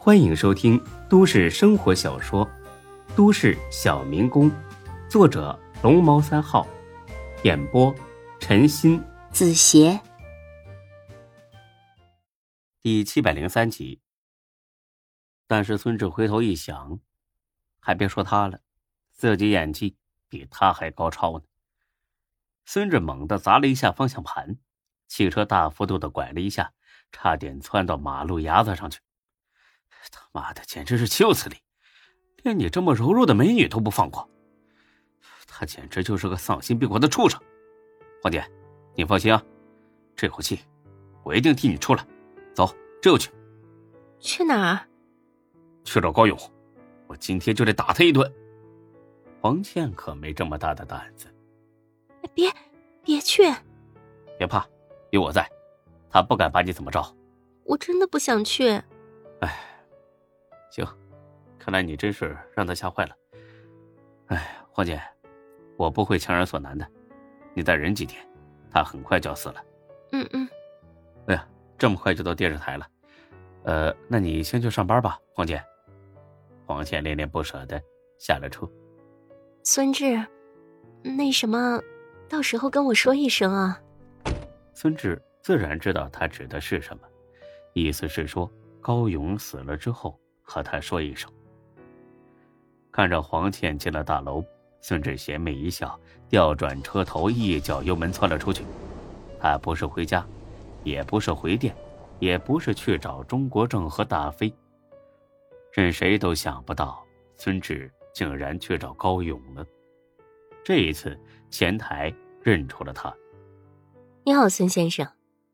欢迎收听都市生活小说《都市小民工》，作者龙猫3号，演播陈鑫、 子邪。 第703集。但是孙志回头一想，还别说他了，自己演技比他还高超呢。孙志猛地砸了一下方向盘，汽车大幅度地拐了一下，差点窜到马路牙子上去。他妈的，简直是岂有此理！连你这么柔弱的美女都不放过，他简直就是个丧心病狂的畜生！黄姐，你放心啊，这口气我一定替你出来。走，这就去。 去哪儿？ 去找高勇，我今天就得打他一顿。黄倩可没这么大的胆子。 别去！ 别怕，有我在，他不敢把你怎么着。 我真的不想去。 哎，行，看来你真是让他吓坏了。哎，黄姐，我不会强人所难的，你再忍几天，他很快就要死了。哎呀，这么快就到电视台了。那你先去上班吧，黄姐。黄倩恋恋不舍的下了车。 孙志，那什么，到时候跟我说一声啊。 孙志自然知道他指的是什么，意思是说高勇死了之后和他说一声。看着黄倩进了大楼，孙志邪魅一笑，调转车头，一脚油门窜了出去。他不是回家，也不是回电，也不是去找钟国正和大飞，任谁都想不到孙志竟然去找高勇了。这一次前台认出了他。 你好，孙先生。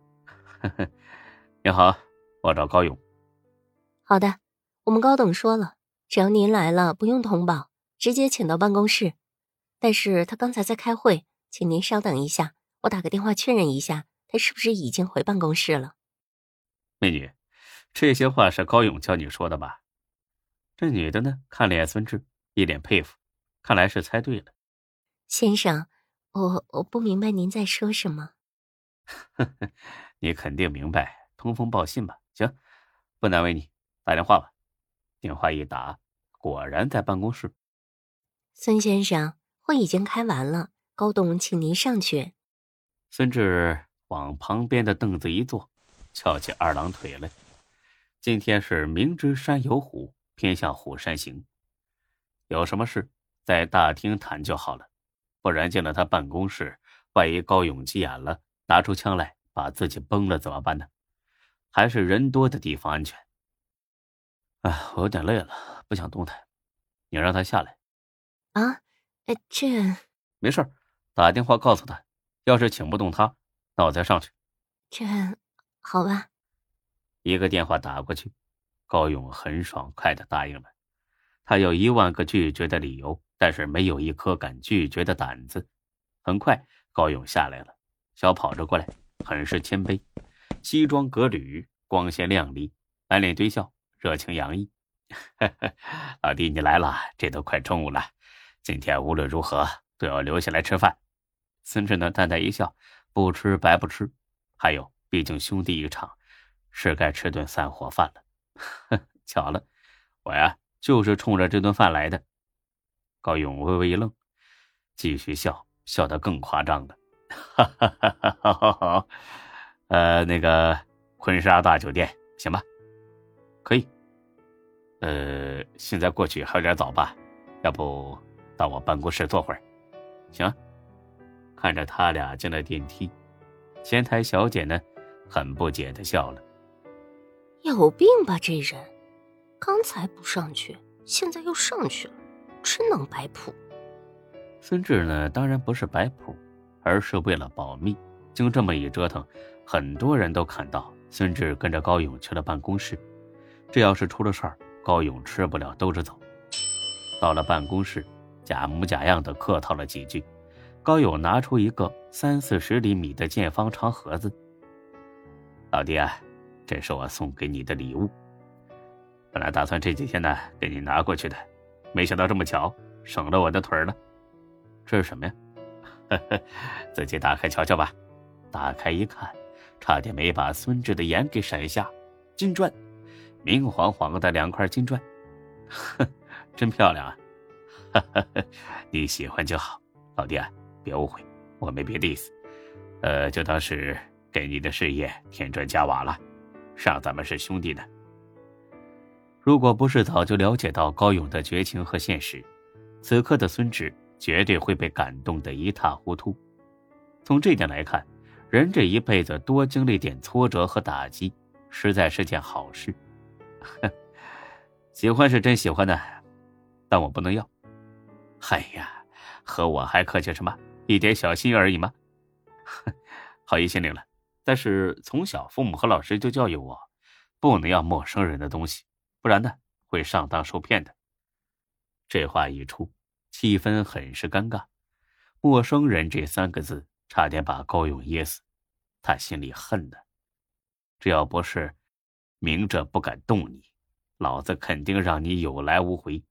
你好，我找高勇。 好的，我们高董说了，只要您来了不用通报，直接请到办公室。但是他刚才在开会，请您稍等一下，我打个电话确认一下他是不是已经回办公室了。 美女，这些话是高勇教你说的吧？这女的呢，看了眼孙志，一脸佩服，看来是猜对了。 先生，我不明白您在说什么。 你肯定明白，通风报信吧。行，不难为你，打电话吧。电话一打，果然在办公室。 孙先生，会已经开完了，高董请您上去。 孙志往旁边的凳子一坐，翘起二郎腿来。今天是明知山有虎，偏向虎山行。有什么事在大厅谈就好了，不然进了他办公室，万一高勇急眼了，拿出枪来把自己崩了怎么办呢？还是人多的地方安全。我有点累了，不想动弹，你让他下来。 啊，这没事，打电话告诉他，要是请不动他，那我再上去。 这好吧。 一个电话打过去，高勇很爽快地答应了。他有10000个拒绝的理由，但是没有一颗敢拒绝的胆子。很快高勇下来了，小跑着过来，很是谦卑，西装革履，光鲜亮丽，满脸堆笑，热情洋溢。老弟你来了，这都快中午了，今天无论如何都要留下来吃饭。孙志呢淡淡一笑，不吃白不吃，还有毕竟兄弟一场，是该吃顿散伙饭了。巧了，我呀就是冲着这顿饭来的。高勇微微一愣，继续笑，笑得更夸张了。好，那个婚纱大酒店行吧？可以。现在过去还有点早吧，要不到我办公室坐会儿？行啊。看着他俩进了电梯，前台小姐呢很不解地笑了。 有病吧这人，刚才不上去，现在又上去了，真能摆谱。 孙志呢当然不是摆谱，而是为了保密。经这么一折腾，很多人都看到孙志跟着高勇去了办公室，这要是出了事儿，高勇吃不了兜着走。到了办公室，假模假样的客套了几句，高勇拿出一个30-40厘米的见方长盒子。老弟啊，这是我送给你的礼物，本来打算这几天呢给你拿过去的，没想到这么巧，省了我的腿了。这是什么呀？自己打开瞧瞧吧。打开一看，差点没把孙志的眼给闪瞎。金砖， 明晃晃的2块金砖。哼，真漂亮啊！哈哈，你喜欢就好，老弟啊，别误会，我没别的意思，就当是给你的事业添砖加瓦了，让咱们是兄弟呢。如果不是早就了解到高勇的绝情和现实，此刻的孙志绝对会被感动得一塌糊涂。从这点来看，人这一辈子多经历点挫折和打击，实在是件好事。喜欢是真喜欢的，但我不能要。哎呀，和我还客气什么？一点小心而已嘛。好意心领了，但是从小父母和老师就教育我，不能要陌生人的东西，不然呢会上当受骗的。这话一出，气氛很是尴尬。陌生人这3个字差点把高勇噎死，他心里恨的，只要不是明着不敢动你，老子肯定让你有来无回。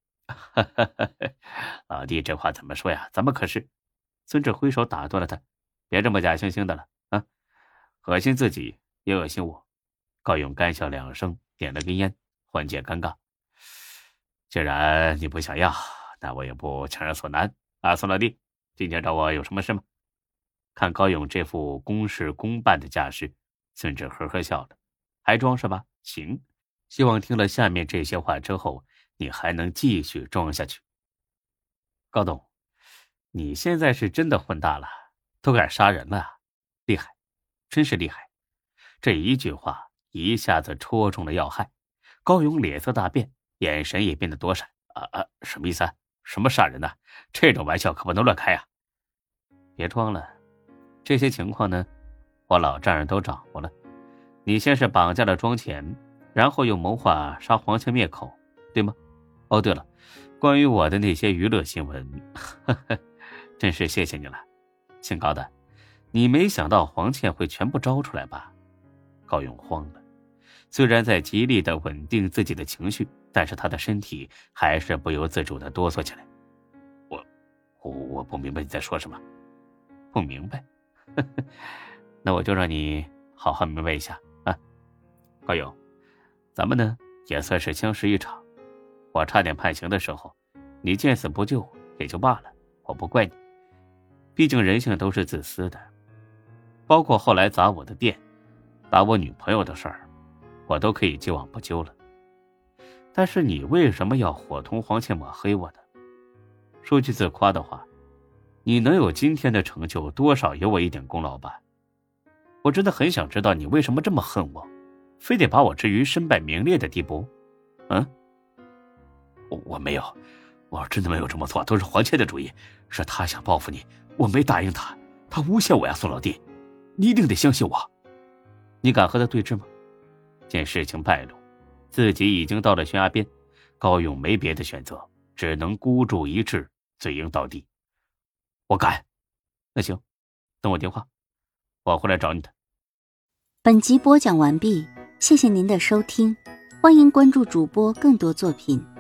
老弟，这话怎么说呀？咱们可是……孙志挥手打断了他，别这么假惺惺的了啊！恶心自己也恶心我。高勇干笑2声，点了根烟，缓解尴尬。既然你不想要，那我也不强人所难啊。孙老弟，今天找我有什么事吗？看高勇这副公事公办的架势，孙志呵呵笑了，还装是吧？行，希望听了下面这些话之后，你还能继续装下去。高董，你现在是真的混大了，都敢杀人了，厉害，真是厉害。这一句话一下子戳中了要害，高勇脸色大变，眼神也变得躲闪。什么意思啊？什么杀人呢？这种玩笑可不能乱开啊！别装了，这些情况呢，我老丈人都掌握了。你先是绑架了庄钱，然后又谋划杀黄倩灭口，对吗？哦，对了，关于我的那些娱乐新闻，真是谢谢你了。姓高的，你没想到黄倩会全部招出来吧？高勇慌了，虽然在极力的稳定自己的情绪，但是他的身体还是不由自主的哆嗦起来。我不明白你在说什么。不明白？那我就让你好好明白一下啊。高勇，咱们呢也算是相识一场，我差点判刑的时候，你见死不救也就罢了，我不怪你，毕竟人性都是自私的。包括后来砸我的店，打我女朋友的事儿，我都可以既往不咎了。但是你为什么要伙同黄倩抹黑我呢？说句自夸的话，你能有今天的成就，多少有我一点功劳吧。我真的很想知道你为什么这么恨我，非得把我置于身败名裂的地步。我没有，我真的没有这么做，都是黄倩的主意，是他想报复你，我没答应他，他诬陷我呀，宋老弟，你一定得相信我。你敢和他对峙吗？见事情败露，自己已经到了悬崖边，高勇没别的选择，只能孤注一掷，嘴硬到底。我敢。那行，等我电话，我会来找你的。 本集播讲完毕，谢谢您的收听，欢迎关注主播更多作品。